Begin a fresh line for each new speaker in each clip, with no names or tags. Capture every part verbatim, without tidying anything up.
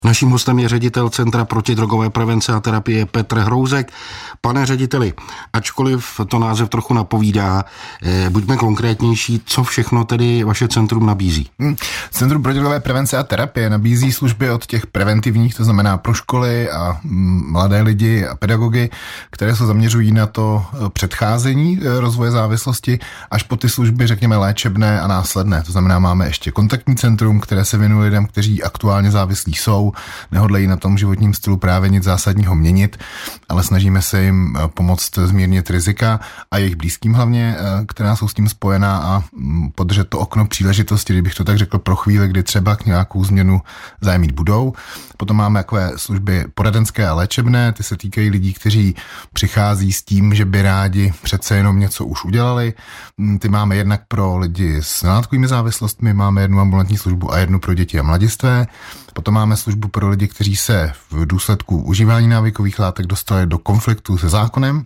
Naším hostem je ředitel Centra protidrogové prevence a terapie Petr Hrouzek. Pane řediteli, ačkoliv to název trochu napovídá, eh, buďme konkrétnější, co všechno tedy vaše centrum nabízí?
Hmm. Centrum protidrogové prevence a terapie nabízí služby od těch preventivních, to znamená pro školy a mladé lidi a pedagogy, které se zaměřují na to předcházení rozvoje závislosti, až po ty služby, řekněme, léčebné a následné. To znamená, máme ještě kontaktní centrum, které se věnuje lidem, kteří aktuálně závislí jsou, nehodlají na tom životním stylu právě nic zásadního měnit, ale snažíme se jim pomoct zmírnit rizika a jejich blízkým hlavně, která jsou s tím spojená, a podržet to okno příležitosti, kdybych to tak řekl, pro chvíli, kdy třeba k nějakou změnu zájem mít budou. Potom máme takové služby poradenské a léčebné, ty se týkají lidí, kteří přichází s tím, že by rádi přece jenom něco už udělali. Ty máme jednak pro lidi s nelátkovými závislostmi, máme jednu ambulantní službu a jednu pro děti a mladistvé. Potom máme službu pro lidi, kteří se v důsledku užívání návykových látek dostali do konfliktu se zákonem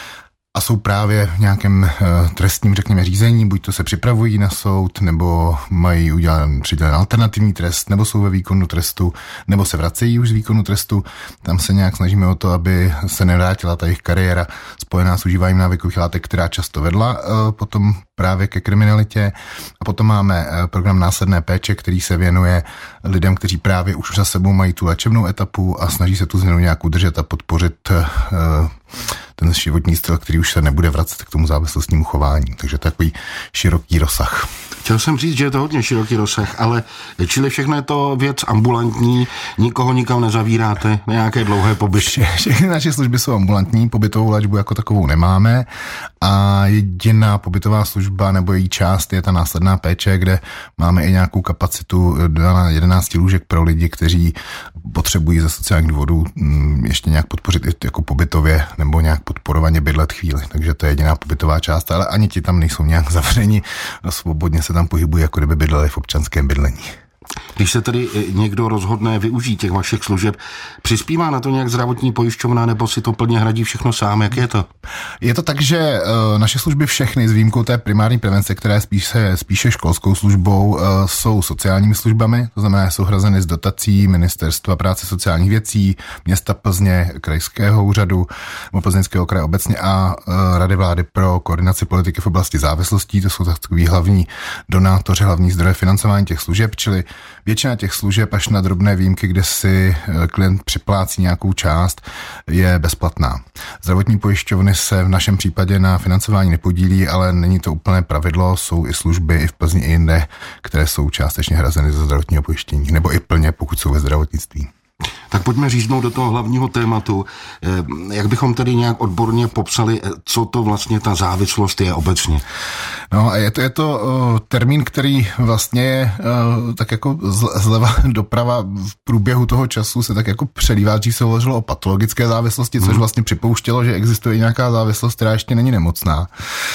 a jsou právě v nějakém uh, trestním, řekněme, řízení, buď to se připravují na soud, nebo mají udělat přidělen alternativní trest, nebo jsou ve výkonu trestu, nebo se vracejí už z výkonu trestu. Tam se nějak snažíme o to, aby se nevrátila ta jejich kariéra spojená s užíváním návykových látek, která často vedla uh, potom právě ke kriminalitě. A potom máme uh, program následné péče, který se věnuje lidem, kteří právě už za sebou mají tu léčebnou etapu a snaží se tu změnu nějak udržet a podpořit uh, ten životní styl, který už se nebude vracet k tomu závislostnímu chování. Takže takový široký rozsah.
Chtěl jsem říct, že je to hodně široký rozsah, ale čili všechno je to věc ambulantní, nikoho nikam nezavíráte na nějaké dlouhé pobyty.
Všechny naše služby jsou ambulantní, pobytovou léčbu jako takovou nemáme a jediná pobytová služba nebo její část je ta následná péče, kde máme i nějakou kapacitu dva na jedenáct lůžek pro lidi, kteří potřebují ze sociálních důvodů ještě nějak podpořit i jako pobytově nebo nějak podporovaně bydlet chvíli. Takže to je jediná pobytová část, ale ani ti tam nejsou nějak zavřeni, svobodně se tam pohybují, jako kdyby bydleli v občanském bydlení.
Když se tedy někdo rozhodne využít těch vašich služeb, přispívá na to nějak zdravotní pojišťovna, nebo si to plně hradí všechno sám? Jak je to?
Je to tak, že uh, naše služby všechny, s výjimkou té primární prevence, která je spíše, spíše školskou službou, uh, jsou sociálními službami, to znamená, jsou hrazeny z dotací Ministerstva práce sociálních věcí, města Plzně, krajského úřadu, Plzeňského kraje obecně a uh, Rady vlády pro koordinaci politiky v oblasti závislostí. To jsou takový hlavní donátoři, hlavní zdroje financování těch služeb, čili většina těch služeb, až na drobné výjimky, kde si klient připlácí nějakou část, je bezplatná. Zdravotní pojišťovny se v našem případě na financování nepodílí, ale není to úplné pravidlo, jsou i služby i v Plzni i jinde, které jsou částečně hrazeny ze zdravotního pojištění, nebo i plně, pokud jsou ve zdravotnictví.
Tak pojďme říznout do toho hlavního tématu. Jak bychom tedy nějak odborně popsali, co to vlastně ta závislost je obecně?
No a je to, je to uh, termín, který vlastně je uh, tak jako zleva doprava v průběhu toho času se tak jako přelívá, dřív se hovořilo o patologické závislosti, což vlastně připouštělo, že existuje nějaká závislost, která ještě není nemocná.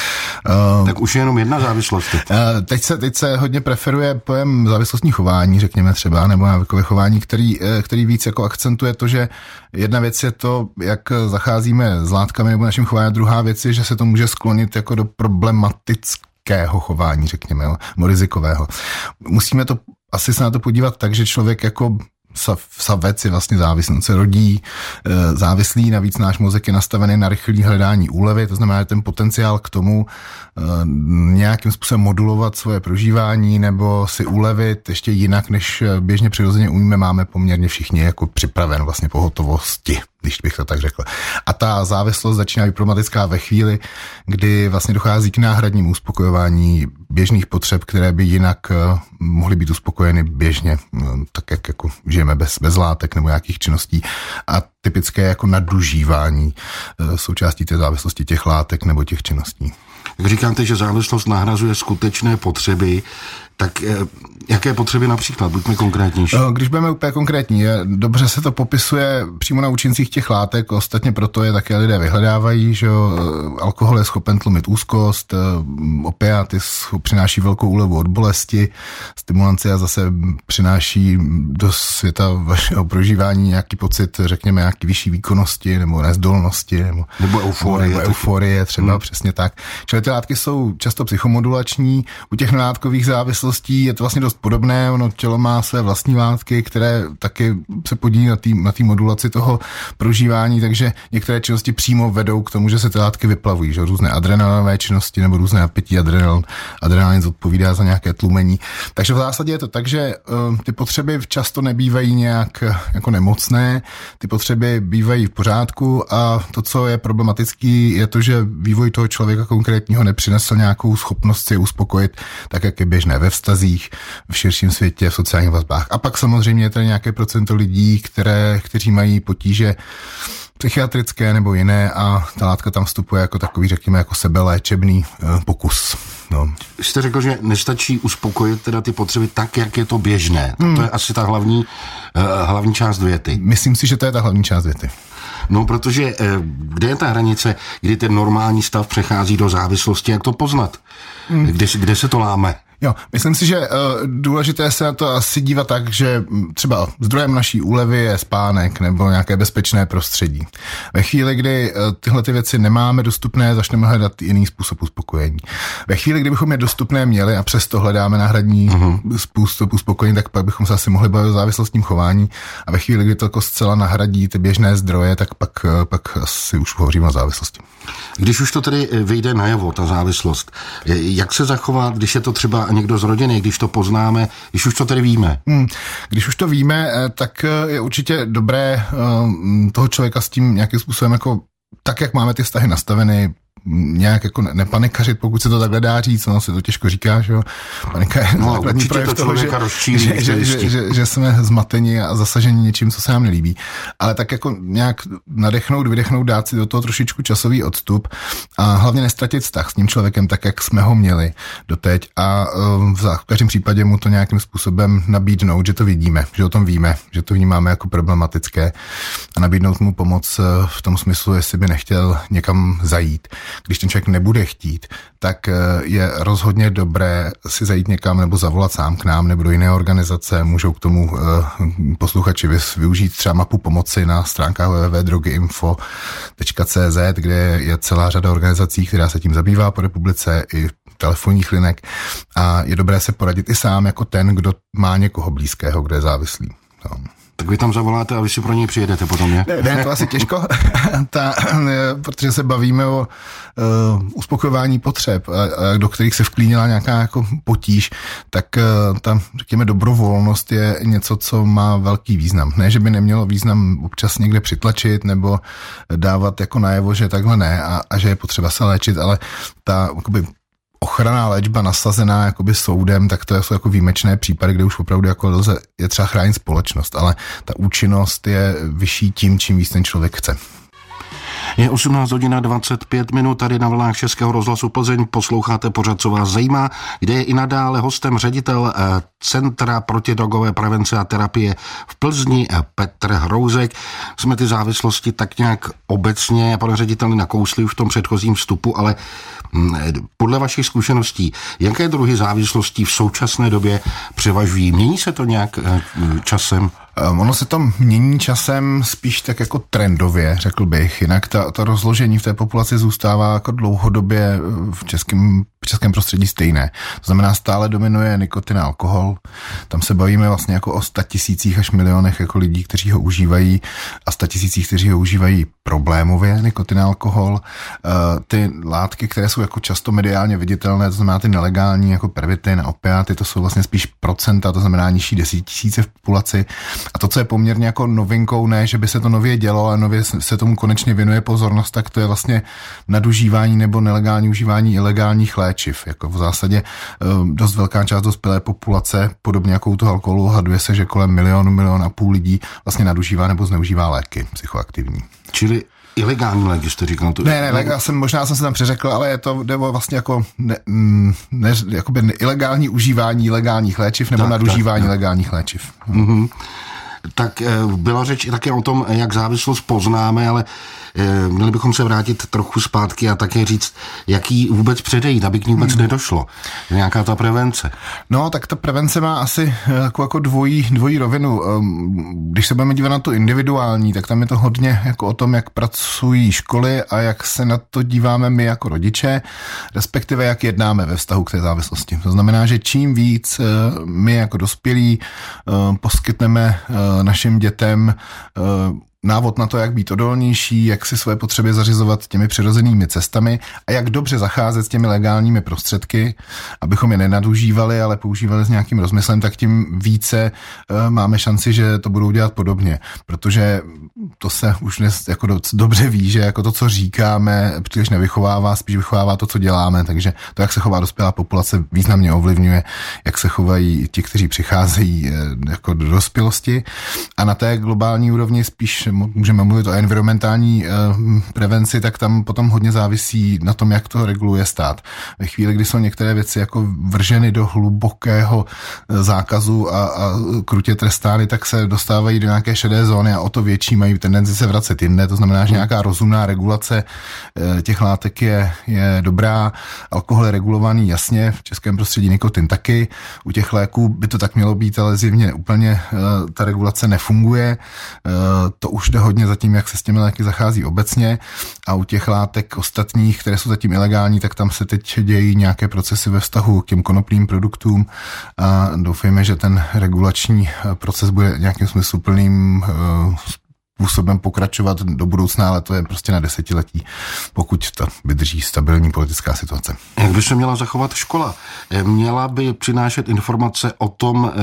Uh, tak už je jenom jedna závislost.
Uh, teď, se, teď se hodně preferuje pojem závislostní chování, řekněme třeba, nebo návykové chování, který, který víc jako akcentuje to, že jedna věc je to, jak zacházíme s látkami nebo naším chováním, druhá věc je, že se to může sklonit jako do problematického chování, řekněme, nebo rizikového. Musíme to asi se na to podívat tak, že člověk jako savec je vlastně závislý, on se rodí e, závislý, navíc náš mozek je nastavený na rychlé hledání úlevy, to znamená, že ten potenciál k tomu e, nějakým způsobem modulovat svoje prožívání nebo si ulevit ještě jinak, než běžně přirozeně umíme, máme poměrně všichni jako připraven vlastně pohotovosti, když bych to tak řekl. A ta závislost začíná být problematická ve chvíli, kdy vlastně dochází k náhradnímu uspokojování běžných potřeb, které by jinak uh, mohly být uspokojeny běžně, uh, tak jak jako žijeme bez, bez látek nebo nějakých činností. A typické jako nadužívání uh, součástí té závislosti těch látek nebo těch činností.
Jak říkáte, že závislost nahrazuje skutečné potřeby, tak jaké potřeby například? Buďme konkrétnější.
Když budeme úplně konkrétní, dobře se to popisuje přímo na účincích těch látek, ostatně proto je také lidé vyhledávají, že alkohol je schopen tlumit úzkost, opiáty přináší velkou úlevu od bolesti, stimulanci a zase přináší do světa vašeho prožívání nějaký pocit, řekněme, nějaký vyšší výkonnosti nebo nezdolnosti, nebo,
nebo euforie.
Nebo euforie třeba, hmm. přesně tak. Čili ty látky jsou často psychomodulační, u těch nelátkových závislostí závislostí je to vlastně dost podobné, ono tělo má své vlastní látky, které taky se podílí na té na té modulaci toho prožívání, takže některé činnosti přímo vedou k tomu, že se ty látky vyplavují, že různé adrenalinové činnosti nebo různé napětí, adrenal, adrenalin zodpovídá za nějaké tlumení. Takže v zásadě je to tak, že uh, ty potřeby často nebývají nějak jako nemocné, ty potřeby bývají v pořádku a to, co je problematický, je to, že vývoj toho člověka konkrétního nepřinesl nějakou schopnost si uspokojit, tak jak je běžné ve vztazích, v širším světě, v sociálních vazbách. A pak samozřejmě je tady nějaké procento lidí, které, kteří mají potíže psychiatrické nebo jiné a ta látka tam vstupuje jako takový, řekněme, jako sebeléčebný uh, pokus. No.
Jste řekl, že nestačí uspokojit teda ty potřeby tak, jak je to běžné. Hmm. To je asi ta hlavní, uh, hlavní část věty.
Myslím si, že to je ta hlavní část věty.
No, protože uh, kde je ta hranice, kdy ten normální stav přechází do závislosti, jak to poznat? Hmm. Kde, kde se to láme?
Jo, myslím si, že uh, důležité se na to asi dívat tak, že třeba zdrojem naší úlevy je spánek nebo nějaké bezpečné prostředí. Ve chvíli, kdy uh, tyhle ty věci nemáme dostupné, začneme hledat jiný způsob uspokojení. Ve chvíli, kdybychom je dostupné měli a přesto hledáme náhradní uh-huh. způsob uspokojení, tak pak bychom se asi mohli bavit o závislostním chování a ve chvíli, kdy to jako zcela nahradí ty běžné zdroje, tak pak, uh, pak asi už hovoříme o závislosti.
Když už to tedy vyjde najevo, ta závislost, jak se zachovat, když je to třeba někdo z rodiny, když to poznáme, když už to tedy víme?
Hmm. Když už to víme, tak je určitě dobré toho člověka s tím nějakým způsobem jako tak, jak máme ty vztahy nastaveny, nějak jako nepanikařit, pokud se to takhle dá říct, no se to těžko říká, že jo. Panika je
no,
základní projev toho, že, že, že, že, že, že jsme zmateni a zasaženi něčím, co se nám nelíbí. Ale tak jako nějak nadechnout, vydechnout, dát si do toho trošičku časový odstup a hlavně nestratit vztah s tím člověkem tak, jak jsme ho měli doteď a v každém případě mu to nějakým způsobem nabídnout, že to vidíme, že o tom víme, že to vnímáme jako problematické a nabídnout mu pomoc v tom smyslu, jestli by nechtěl někam zajít. Když ten člověk nebude chtít, tak je rozhodně dobré si zajít někam nebo zavolat sám k nám nebo do jiné organizace. Můžou k tomu posluchači využít třeba mapu pomoci na stránkách w w w tečka drogy info tečka c z, kde je celá řada organizací, která se tím zabývá po republice, i telefonních linek a je dobré se poradit i sám jako ten, kdo má někoho blízkého, kdo je závislý. No.
Tak vy tam zavoláte a vy si pro něj přijedete potom, ne?
Ne, ne to asi těžko, ta, protože se bavíme o uh, uspokojování potřeb, a, a do kterých se vklínila nějaká jako potíž, tak uh, ta, řekněme, dobrovolnost je něco, co má velký význam. Ne, že by nemělo význam občas někde přitlačit nebo dávat jako najevo, že takhle ne a, a že je potřeba se léčit, ale ta jakoby ochranná léčba nasazená jakoby soudem, tak to jsou jako výjimečné případy, kde už opravdu jako lze, je třeba chránit společnost, ale ta účinnost je vyšší tím, čím víc ten člověk chce.
Je osmnáct hodin dvacet pět minut, tady na vlnách Českého rozhlasu Plzeň posloucháte pořad, co vás zajímá, kde je i nadále hostem ředitel Centra protidrogové prevence a terapie v Plzni Petr Hrouzek. Jsme ty závislosti tak nějak obecně, pane řediteli, nakousli v tom předchozím vstupu, ale podle vašich zkušeností, jaké druhy závislostí v současné době převažují? Mění se to nějak časem?
Ono se to mění časem spíš tak jako trendově, řekl bych. Jinak ta, to rozložení v té populaci zůstává jako dlouhodobě v českém, v českém prostředí stejné. To znamená, stále dominuje nikotin a alkohol. Tam se bavíme vlastně jako o statisících až milionech jako lidí, kteří ho užívají a statisících, kteří ho užívají problémově, nikotin a alkohol. Ty látky, které jsou jako často mediálně viditelné, to znamená ty nelegální jako pervitin a opiáty, to jsou vlastně spíš procenta, to znamená nižší desetitisíce v populaci. A to, co je poměrně jako novinkou, ne, že by se to nově dělo, ale nově se tomu konečně věnuje pozornost, tak to je vlastně nadužívání nebo nelegální užívání ilegálních léčiv. Jako v zásadě dost velká část dospělé populace, podobně jako u toho alkoholu, haduje se, že kolem milionu, milion a půl lidí vlastně nadužívá nebo zneužívá léky psychoaktivní.
Čili ilegální léky, jste říkal? To...
Ne, ne, já jsem, možná jsem se tam přeřekl, ale je to nebo vlastně jako ne, ne, jakoby ilegální užívání legálních léčiv nebo tak, nadužívání tak, tak. legálních léčiv.
Mm-hmm. Tak byla řeč i také o tom, jak závislost poznáme, ale měli bychom se vrátit trochu zpátky a také říct, jaký vůbec předejít, aby k ní vůbec hmm. nedošlo. Nějaká ta prevence.
No, tak ta prevence má asi jako, jako dvojí, dvojí rovinu. Když se budeme dívat na to individuální, tak tam je to hodně jako o tom, jak pracují školy a jak se na to díváme my jako rodiče, respektive jak jednáme ve vztahu k té závislosti. To znamená, že čím víc my jako dospělí poskytneme našim dětem návod na to, jak být odolnější, jak si své potřeby zařizovat těmi přirozenými cestami a jak dobře zacházet s těmi legálními prostředky, abychom je nenadužívali, ale používali s nějakým rozmyslem, tak tím více uh, máme šanci, že to budou dělat podobně. Protože to se už dnes jako dobře ví, že jako to, co říkáme, příliš nevychovává, spíš vychovává to, co děláme. Takže to, jak se chová dospělá populace, významně ovlivňuje, jak se chovají ti, kteří přicházejí jako do dospělosti. A na té globální úrovni spíš můžeme mluvit o environmentální prevenci, tak tam potom hodně závisí na tom, jak to reguluje stát. Ve chvíli, kdy jsou některé věci jako vrženy do hlubokého zákazu a, a krutě trestány, tak se dostávají do nějaké šedé zóny a o to větší mají tendenci se vracet jinde. To znamená, že nějaká rozumná regulace těch látek je, je dobrá. Alkohol je regulovaný jasně, v českém prostředí nikotin taky. U těch léků by to tak mělo být, ale zjevně úplně ta regulace nefunguje. To už jde hodně za tím, jak se s těmi léky zachází obecně a u těch látek ostatních, které jsou zatím ilegální, tak tam se teď dějí nějaké procesy ve vztahu k těm konopným produktům a doufejme, že ten regulační proces bude nějakým smysluplným způsobem pokračovat do budoucna, ale to je prostě na desetiletí, pokud to vydrží stabilní politická situace.
Jak by se měla zachovat škola? Měla by přinášet informace o tom,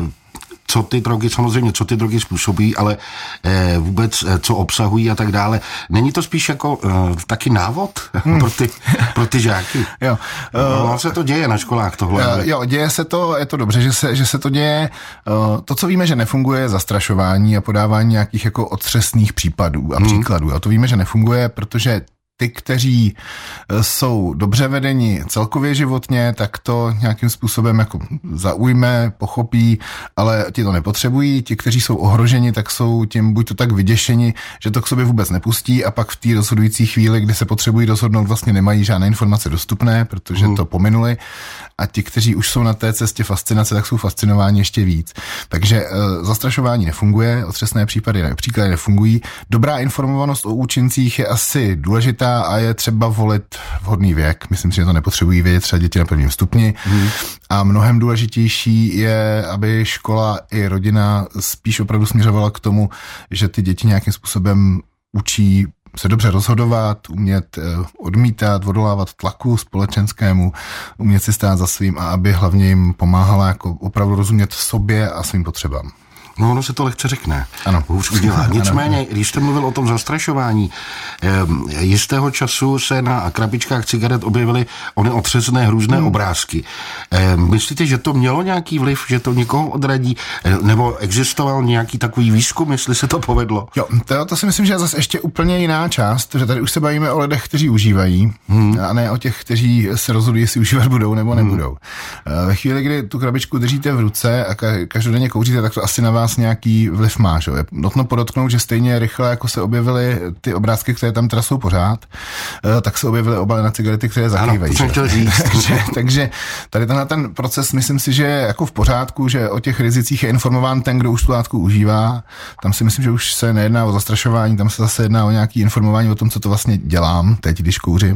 co ty drogy, samozřejmě, co ty drogy způsobí, ale eh, vůbec, eh, co obsahují a tak dále. Není to spíš jako eh, taky návod hmm. pro, ty, pro ty žáky?
Jo.
Uh, no, se to děje na školách tohle.
Uh, jo, děje se to, je to dobře, že se, že se to děje. Uh, to, co víme, že nefunguje, je zastrašování a podávání nějakých jako otřesných případů a hmm. příkladů. A to víme, že nefunguje, protože ty, kteří jsou dobře vedeni celkově životně, tak to nějakým způsobem jako zaujme, pochopí, ale ti to nepotřebují. Ti, kteří jsou ohroženi, tak jsou tím buď to tak vyděšeni, že to k sobě vůbec nepustí a pak v té rozhodující chvíli, kdy se potřebují rozhodnout, vlastně nemají žádné informace dostupné, protože hmm. to pominuli. A ti, kteří už jsou na té cestě fascinace, tak jsou fascinováni ještě víc. Takže e, zastrašování nefunguje, otřesné případy, příklady nefungují. Dobrá informovanost o účincích je asi důležitá a je třeba volit vhodný věk. Myslím si, že to nepotřebují vědět třeba děti na prvním stupni. Hmm. A mnohem důležitější je, aby škola i rodina spíš opravdu směřovala k tomu, že ty děti nějakým způsobem učí se dobře rozhodovat, umět odmítat, odolávat tlaku společenskému, umět si stát za svým a aby hlavně jim pomáhala jako opravdu rozumět sobě a svým potřebám.
No, ono se to lehce řekne.
Ano.
Už udělá. Nicméně, když jste mluvil o tom zastrašování, jistého času se na krabičkách cigaret objevily ony otřesné hrůzné hmm. obrázky. Myslíte, že to mělo nějaký vliv, že to někoho odradí? Nebo existoval nějaký takový výzkum, jestli se to povedlo?
Jo, to, to si myslím, že je zase ještě úplně jiná část, že tady už se bavíme o lidech, kteří užívají, hmm. a ne o těch, kteří se rozhodují, jestli užívat budou nebo nebudou. Hmm. Ve chvíli, kdy tu krabičku držíte v ruce a každodenně kouříte, tak to asi na vás nějaký vliv má. Že? Je nutno podotknout, že stejně rychle, jako se objevily ty obrázky, které tam teda jsou pořád, tak se objevily obaly na cigarety, které zakrývají.
Ano, to jsem říct.
takže, takže tady tenhle ten proces, myslím si, že je jako v pořádku, že o těch rizicích je informován ten, kdo už tu látku užívá. Tam si myslím, že už se nejedná o zastrašování, tam se zase jedná o nějaký informování o tom, co to vlastně dělám teď, když kouřím.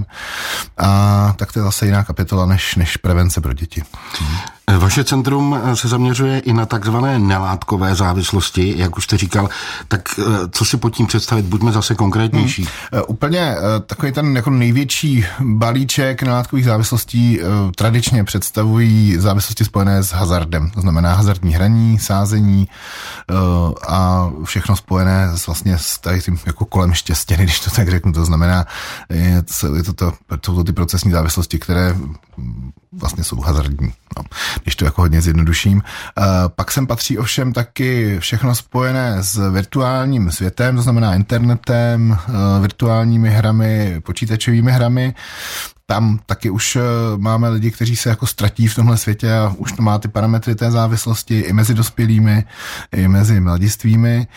A tak to je zase jiná kapitola než, než prevence pro děti.
Vaše centrum se zaměřuje i na takzvané nelátkové závislosti, jak už jste říkal, tak co si pod tím představit, buďme zase konkrétnější.
Hmm. Úplně takový ten jako největší balíček nelátkových závislostí tradičně představují závislosti spojené s hazardem, to znamená hazardní hraní, sázení a všechno spojené s vlastně s tady tím jako kolem štěstěny, když to tak řeknu, to znamená, je to, je to, to, jsou to ty procesní závislosti, které vlastně jsou hazardní, no, když to jako hodně zjednoduším. Uh, pak sem patří ovšem taky všechno spojené s virtuálním světem, to znamená internetem, uh, virtuálními hrami, počítačovými hrami tam taky už máme lidi, kteří se jako ztratí v tomhle světě a už to má ty parametry té závislosti i mezi dospělými, i mezi mladistvými.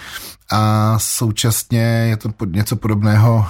A současně je to něco podobného,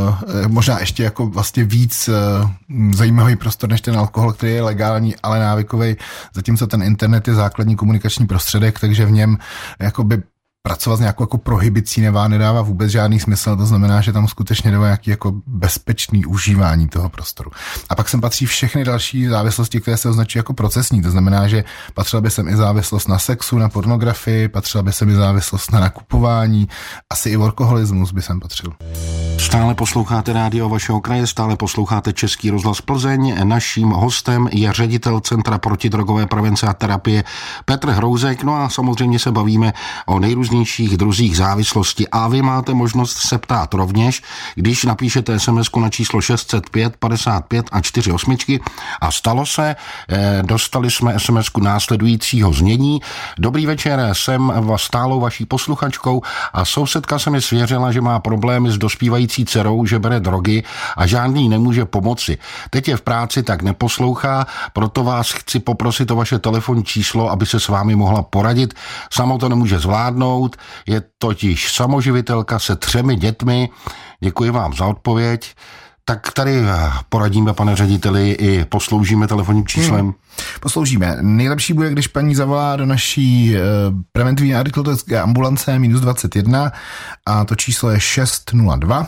možná ještě jako vlastně víc zajímavý prostor než ten alkohol, který je legální, ale návykový, zatímco ten internet je základní komunikační prostředek, takže v něm jakoby pracovat s nějakou jako prohibicí nevá, nedává vůbec žádný smysl, to znamená, že tam skutečně jde o nějaký jako bezpečný užívání toho prostoru. A pak sem patří všechny další závislosti, které se označují jako procesní, to znamená, že patřila by sem i závislost na sexu, na pornografii, patřila by sem i závislost na nakupování, asi i alkoholismus by sem patřil.
Stále posloucháte rádio vašeho kraje, stále posloucháte Český rozhlas Plzeň. Naším hostem je ředitel Centra protidrogové prevence a terapie Petr Hrouzek. No a samozřejmě se bavíme o nejrůznějších druzích závislosti. A vy máte možnost se ptát rovněž, když napíšete es em esku na číslo šest set pět padesát pět a čtyři osmičky. A stalo se, dostali jsme es em esku následujícího znění. Dobrý večer, jsem stálou vaší posluchačkou a sousedka se mi svěřila, že má problémy s dospívající dcerou, že bere drogy a žádný nemůže pomoci. Teď je v práci, tak neposlouchá, proto vás chci poprosit o vaše telefonní číslo, aby se s vámi mohla poradit. Samo to nemůže zvládnout, je totiž samoživitelka se třemi dětmi. Děkuji vám za odpověď. Tak tady poradíme, pane řediteli, i posloužíme telefonním číslem. Hmm.
Posloužíme. Nejlepší bude, když paní zavolá do naší uh, preventivní adiktologické ambulance minus dvacet jedna a to číslo je šest nula dva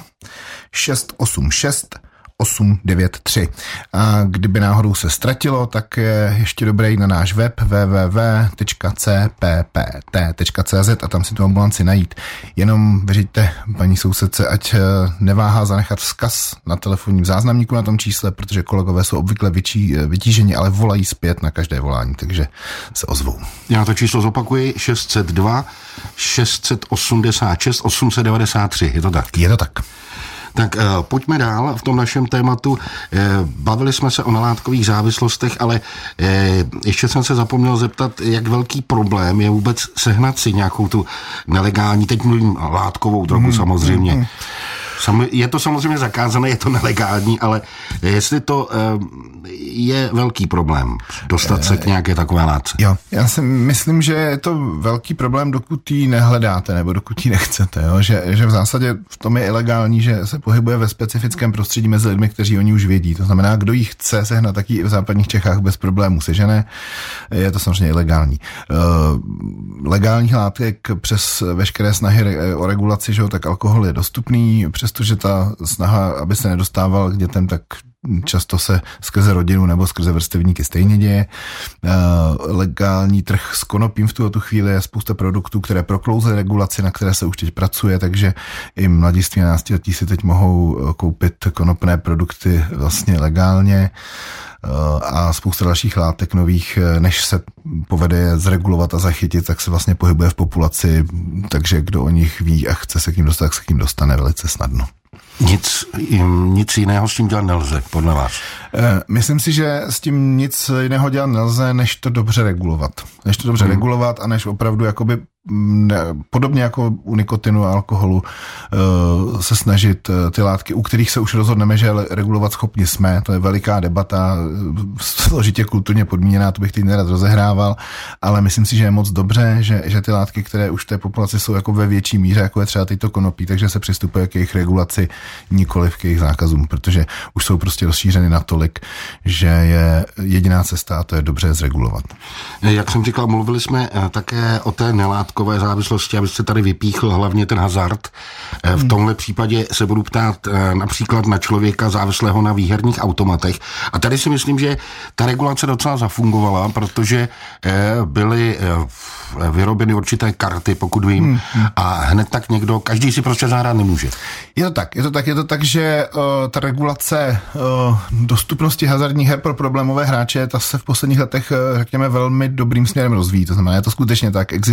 šest osm šest osm devět tři. A kdyby náhodou se ztratilo, tak je ještě dobré jít na náš web w w w tečka c p p t tečka c z a tam si tu ambulanci najít. Jenom vyřiďte paní sousedce, ať neváhá zanechat vzkaz na telefonním záznamníku na tom čísle, protože kolegové jsou obvykle vyčí, vytíženi, ale volají zpět na každé volání, takže se ozvou.
Já to číslo zopakuji, šest set dva šest osmdesát šest osm set devadesát tři, je to tak?
Je to tak.
Tak uh, pojďme dál v tom našem tématu. Uh, bavili jsme se o nelátkových závislostech, ale uh, ještě jsem se zapomněl zeptat, jak velký problém je vůbec sehnat si nějakou tu nelegální, teď mluvím látkovou drogu hmm, samozřejmě. Hmm, hmm. Je to samozřejmě zakázané, je to nelegální, ale jestli to je velký problém dostat se k nějaké takové látce.
Jo, já si myslím, že je to velký problém, dokud ji nehledáte nebo dokud ji nechcete. Jo? Že, že v zásadě v tom je ilegální, že se pohybuje ve specifickém prostředí mezi lidmi, kteří oni už vědí. To znamená, kdo ji chce sehnat, taky i v západních Čechách bez problémů sežene. Je to samozřejmě ilegální. Uh, legálních látek přes veškeré snahy o regulaci, že jo, tak alkohol je dostupný, přestože ta snaha, aby se nedostával k dětem, tak často se skrze rodinu nebo skrze vrstevníky stejně děje. Uh, legální trh s konopím v tuto chvíli je spousta produktů, které proklouzly regulaci, na které se už teď pracuje, takže i mladiství a náctiletí si teď mohou koupit konopné produkty vlastně legálně a spousta dalších látek nových, než se povede je zregulovat a zachytit, tak se vlastně pohybuje v populaci, takže kdo o nich ví a chce se k ním dostat, tak se k ním dostane velice snadno.
Nic, nic jiného s tím dělat nelze, podle vás?
Myslím si, že s tím nic jiného dělat nelze, než to dobře regulovat. Než to dobře hmm. regulovat a než opravdu jakoby ne, podobně jako u nikotinu a alkoholu se snažit ty látky, u kterých se už rozhodneme, že regulovat schopni jsme, to je veliká debata, složitě kulturně podmíněná, to bych teď nerad rozehrával, ale myslím si, že je moc dobře, že, že ty látky, které už v té populaci jsou jako ve větší míře, jako je třeba tyto konopí, takže se přistupuje k jejich regulaci, nikoliv k jejich zákazům, protože už jsou prostě rozšířeny natolik, že je jediná cesta a to je dobře zregulovat.
Jak jsem říkal, mluvili jsme také o té nelátkové závislosti, abyste tady vypíchl hlavně ten hazard. V tomhle případě se budu ptát například na člověka závislého na výherních automatech. A tady si myslím, že ta regulace docela zafungovala, protože byly vyrobeny určité karty, pokud vím, hmm, hmm. a hned tak někdo, každý si prostě zahrát nemůže.
Je to tak, je to tak, je to tak, že uh, ta regulace uh, dostupnosti hazardních her pro problémové hráče, ta se v posledních letech, uh, řekněme, velmi dobrým směrem rozvíjí. To znamená, je to skutečně tak, existuje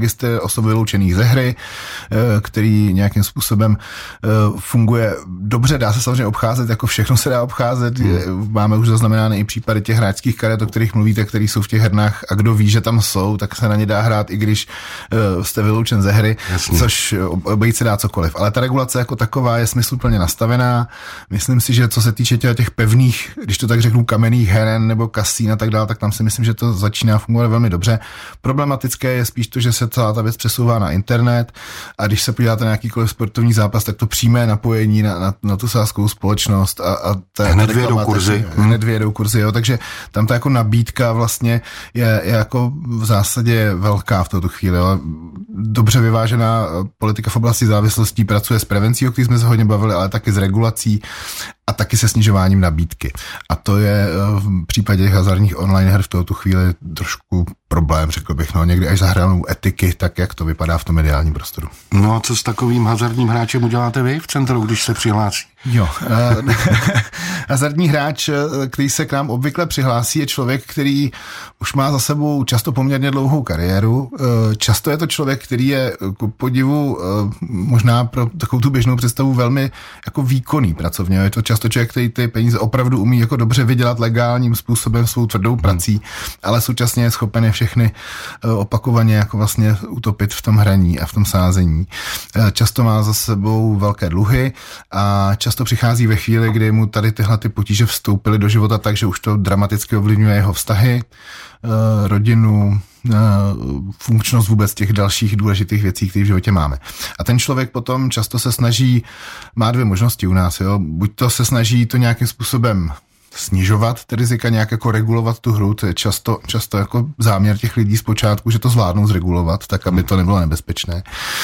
registr osob vyloučených ze hry, který nějakým způsobem funguje dobře, dá se samozřejmě obcházet, jako všechno se dá obcházet. Máme už zaznamenány i případy těch hráčských karet, o kterých mluvíte, který jsou v těch hernách a kdo ví, že tam jsou, tak se na ně dá hrát, i když jste vyloučen ze hry, Jasně. což obejít se dá cokoliv. Ale ta regulace jako taková je smysluplně nastavená. Myslím si, že co se týče těch pevných, když to tak řeknu, kamenných heren nebo kasín a tak dále, tak tam si myslím, že to začíná fungovat velmi dobře. Problematické je spíš to, že se celá ta věc přesouvá na internet a když se podíváte na jakýkoliv sportovní zápas, tak to přímé napojení na, na, na tu sázkovou společnost a, a ta,
hned vyjedou kurzy.
Hned vyjedou kurzy, jo, takže tam ta jako nabídka vlastně je, je jako v zásadě velká v tuto chvíli. Jo. Dobře vyvážená politika v oblasti závislostí pracuje s prevencí, o které jsme se hodně bavili, ale taky s regulací a taky se snižováním nabídky. A to je v případě hazardních online her v tuto chvíli trošku problém, řekl bych, no někdy až za hranou etiky, tak jak to vypadá v tom mediálním prostoru.
No a co s takovým hazardním hráčem uděláte vy v centru, když se přihlásí?
Jo, hazardní hráč, který se k nám obvykle přihlásí, je člověk, který už má za sebou často poměrně dlouhou kariéru. Často je to člověk, který je ku podivu možná pro takovou tu běžnou představu velmi jako výkonný pracovně. Je to často člověk, který ty peníze opravdu umí jako dobře vydělat legálním způsobem svou tvrdou prací, ale současně je schopen je všechny opakovaně jako vlastně utopit v tom hraní a v tom sázení. Často má za sebou velké dluhy a často to přichází ve chvíli, kdy mu tady tyhle ty potíže vstoupily do života tak, že už to dramaticky ovlivňuje jeho vztahy, rodinu, funkčnost vůbec těch dalších důležitých věcí, které v životě máme. A ten člověk potom často se snaží, má dvě možnosti u nás, jo? Buď to se snaží to nějakým způsobem snižovat ty rizika, nějak jako regulovat tu hru, to je často, často jako záměr těch lidí zpočátku, že to zvládnou zregulovat, tak aby to nebylo nebezpečné.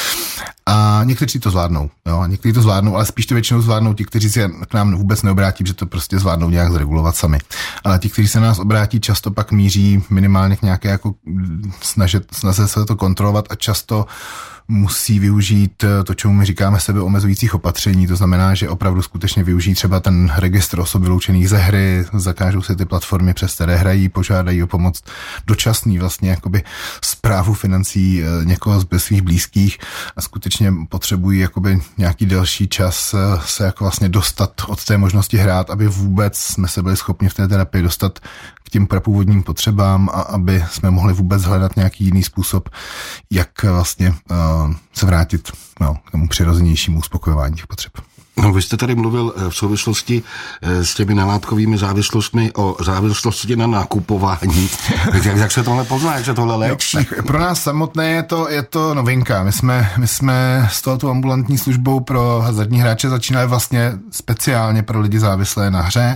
A někteří to zvládnou, jo, někteří to zvládnou, ale spíš to většinou zvládnou ti, kteří se k nám vůbec neobrátí, že to prostě zvládnou nějak zregulovat sami. Ale ti, kteří se nás obrátí, často pak míří minimálně k nějaké jako snažit, snažit se to kontrolovat a často musí využít to, čemu my říkáme sebeomezujících opatření, to znamená, že opravdu skutečně využijí třeba ten registr osob vyloučených ze hry, zakážou si ty platformy, přes které hrají, požádají o pomoc dočasný vlastně jakoby správu financí někoho z svých blízkých a skutečně potřebují jakoby nějaký delší čas se jako vlastně dostat od té možnosti hrát, aby vůbec jsme se byli schopni v té terapii dostat k těm prapůvodním potřebám a aby jsme mohli vůbec hledat nějaký jiný způsob, jak vlastně uh, se vrátit no, k tomu přirozenějšímu uspokojování těch potřeb.
No, vy jste tady mluvil v souvislosti s těmi nalátkovými závislostmi o závislosti na nakupování. jak, jak se tohle pozná, jak se tohle léčí?
No, pro nás samotné je to, je to novinka. My jsme, my jsme s touto ambulantní službou pro hazardní hráče začínali vlastně speciálně pro lidi závislé na hře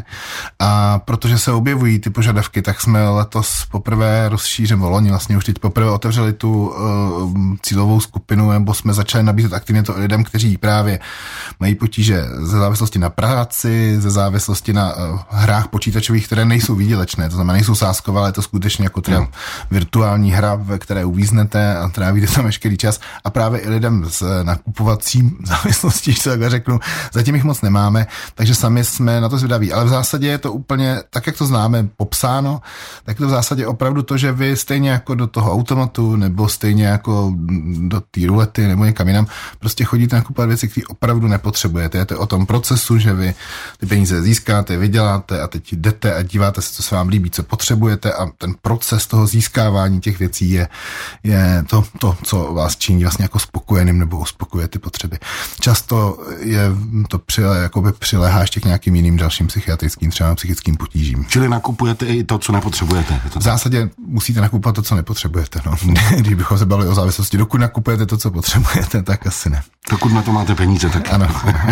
a protože se objevují ty požadavky, tak jsme letos poprvé rozšířili, loni vlastně už teď poprvé otevřeli tu uh, cílovou skupinu, nebo jsme začali nabízet aktivně to lidem, kteří právě mají potíže ze závislosti na práci, ze závislosti na uh, hrách počítačových, které nejsou výdělečné, to znamená nejsou sázkové, ale je to skutečně jako třeba virtuální hra, ve které uvíznete a trávíte tam veškerý čas a právě i lidem s nakupovacím závislostí, že takhle řeknu, zatím jich moc nemáme, takže sami jsme na to zvědaví, ale v zásadě je to úplně tak, jak to známe popsáno, tak to v zásadě opravdu to, že vy stejně jako do toho automatu nebo stejně jako do té rulety nebo někam jinam, prostě chodíte nakupovat věci, které opravdu nepotřebujete. Je to o tom procesu, že vy ty peníze získáte, vyděláte a teď jdete a díváte se, co se vám líbí, co potřebujete a ten proces toho získávání těch věcí je, je to, to, co vás činí vlastně jako spokojeným nebo uspokojuje ty potřeby. Často je to přile, jakoby přiléhá ještě k nějakým jiným dalším psychiatrickým, třeba psychickým potížím.
Čili nakupujete i to, co nepotřebujete?
V zásadě musíte nakupovat to, co nepotřebujete. No. Když bychom se bavili o závislosti, dokud nakupujete to, co potřebujete, tak asi ne.
Dokud na to máte peníze, tak
ano.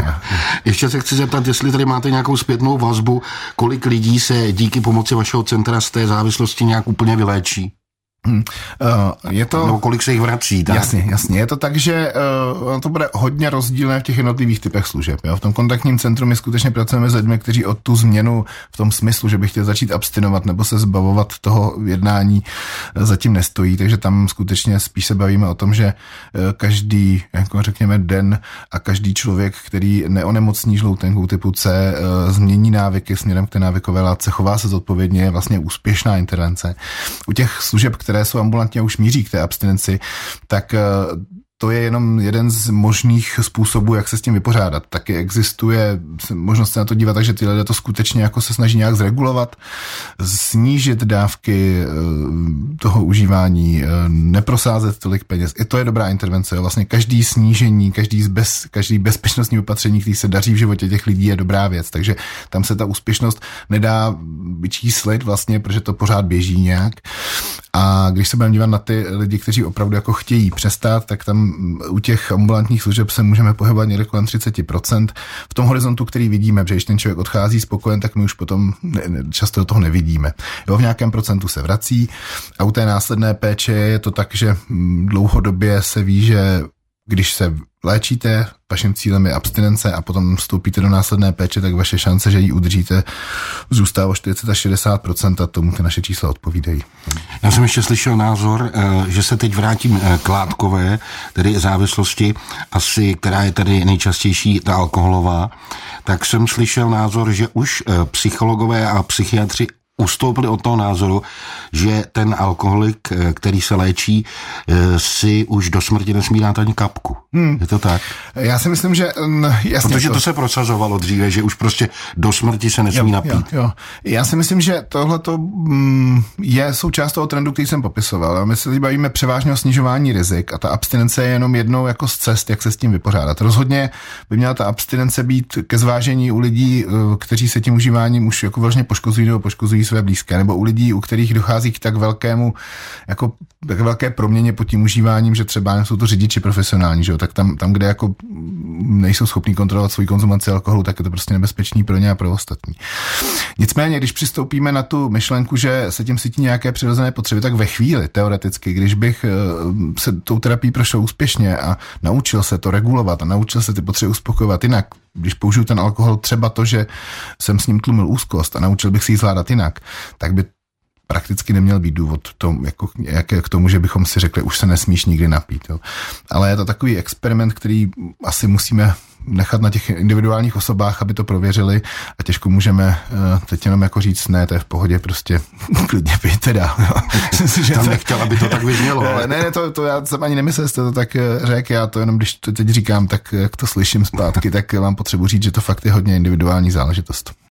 Ještě se chci zeptat, jestli tady máte nějakou zpětnou vazbu, kolik lidí se díky pomoci vašeho centra z té závislosti nějak úplně vyléčí?
Hmm. Uh, je to...
Nebo kolik se jich vrací, tak?
Jasně, jasně. Je to tak, že uh, to bude hodně rozdílné v těch jednotlivých typech služeb. Jo? V tom kontaktním centru my skutečně pracujeme s lidmi, kteří o tu změnu v tom smyslu, že by chtěli začít abstinovat nebo se zbavovat toho jednání, uh, zatím nestojí, takže tam skutečně spíš se bavíme o tom, že uh, každý, jako řekněme, den a každý člověk, který neonemocní žloutenkou typu C, uh, změní návyky směrem k té návykové látce, chová se zodpovědně, je vlastně úspěšná intervence. U těch služeb, které které jsou ambulantně už míří k té abstinenci, tak to je jenom jeden z možných způsobů, jak se s tím vypořádat. Taky existuje možnost se na to dívat, takže ty lidé to skutečně jako se snaží nějak zregulovat, snížit dávky toho užívání, neprosázet tolik peněz. I to je dobrá intervence. Vlastně každý snížení, každý, bez, každý bezpečnostní opatření, který se daří v životě těch lidí, je dobrá věc. Takže tam se ta úspěšnost nedá vyčíslit vlastně, protože to pořád běží nějak. A když se budeme dívat na ty lidi, kteří opravdu jako chtějí přestat, tak tam u těch ambulantních služeb se můžeme pohybovat někde kolem třicet procent. V tom horizontu, který vidíme, že když ten člověk odchází spokojen, tak my už potom ne, ne, často do toho nevidíme. Jo, v nějakém procentu se vrací a u té následné péče je to tak, že dlouhodobě se ví, že když se léčíte, vaším cílem je abstinence a potom vstoupíte do následné péče, tak vaše šance, že ji udržíte, zůstává o čtyřicet až šedesát procent a tomu ty naše čísla odpovídají.
Já jsem ještě slyšel názor, že se teď vrátím k látkové, tedy závislosti, asi, která je tady nejčastější, ta alkoholová, tak jsem slyšel názor, že už psychologové a psychiatři ustoupili od toho názoru, že ten alkoholik, který se léčí, si už do smrti nesmí dát ani kapku. Hmm. Je to tak?
Já si myslím, že jasně.
Protože
to...
to se prosazovalo dříve, že už prostě do smrti se nesmí jo, napít.
Jo, jo. Já si myslím, že tohleto mm, je součást toho trendu, který jsem popisoval. A my se bavíme převážně o snižování rizik a ta abstinence je jenom jednou jako z cest, jak se s tím vypořádat. Rozhodně by měla ta abstinence být ke zvážení u lidí, kteří se tím užíváním už jako vlastně poškozují nebo poškozují své blízké, nebo u lidí, u kterých dochází k tak velkému, jako tak velké proměně pod tím užíváním, že třeba jsou to řidiči profesionální, že jo, tak tam, tam, kde jako nejsou schopní kontrolovat svou konzumaci alkoholu, tak je to prostě nebezpečný pro ně a pro ostatní. Nicméně, když přistoupíme na tu myšlenku, že se tím cítí nějaké přirozené potřeby, tak ve chvíli, teoreticky, když bych se tou terapií prošel úspěšně a naučil se to regulovat a naučil se ty potřeby uspokojovat jinak, když použiju ten alkohol, třeba to, že jsem s ním tlumil úzkost a naučil bych si ji zvládat jinak, tak by prakticky neměl být důvod tom, jako, jak, k tomu, že bychom si řekli, už se nesmíš nikdy napít. Jo. Ale je to takový experiment, který asi musíme nechat na těch individuálních osobách, aby to prověřili a těžko můžeme teď jenom jako říct, ne, to je v pohodě, prostě klidně pijte dál.
Že tam nechtěl, aby to tak vyznělo.
Ale... Ne, ne, to, to já jsem ani nemyslel, jste to tak řekl, já to jenom, když to teď říkám, tak jak to slyším zpátky, tak mám potřebu říct, že to fakt je hodně individuální záležitost.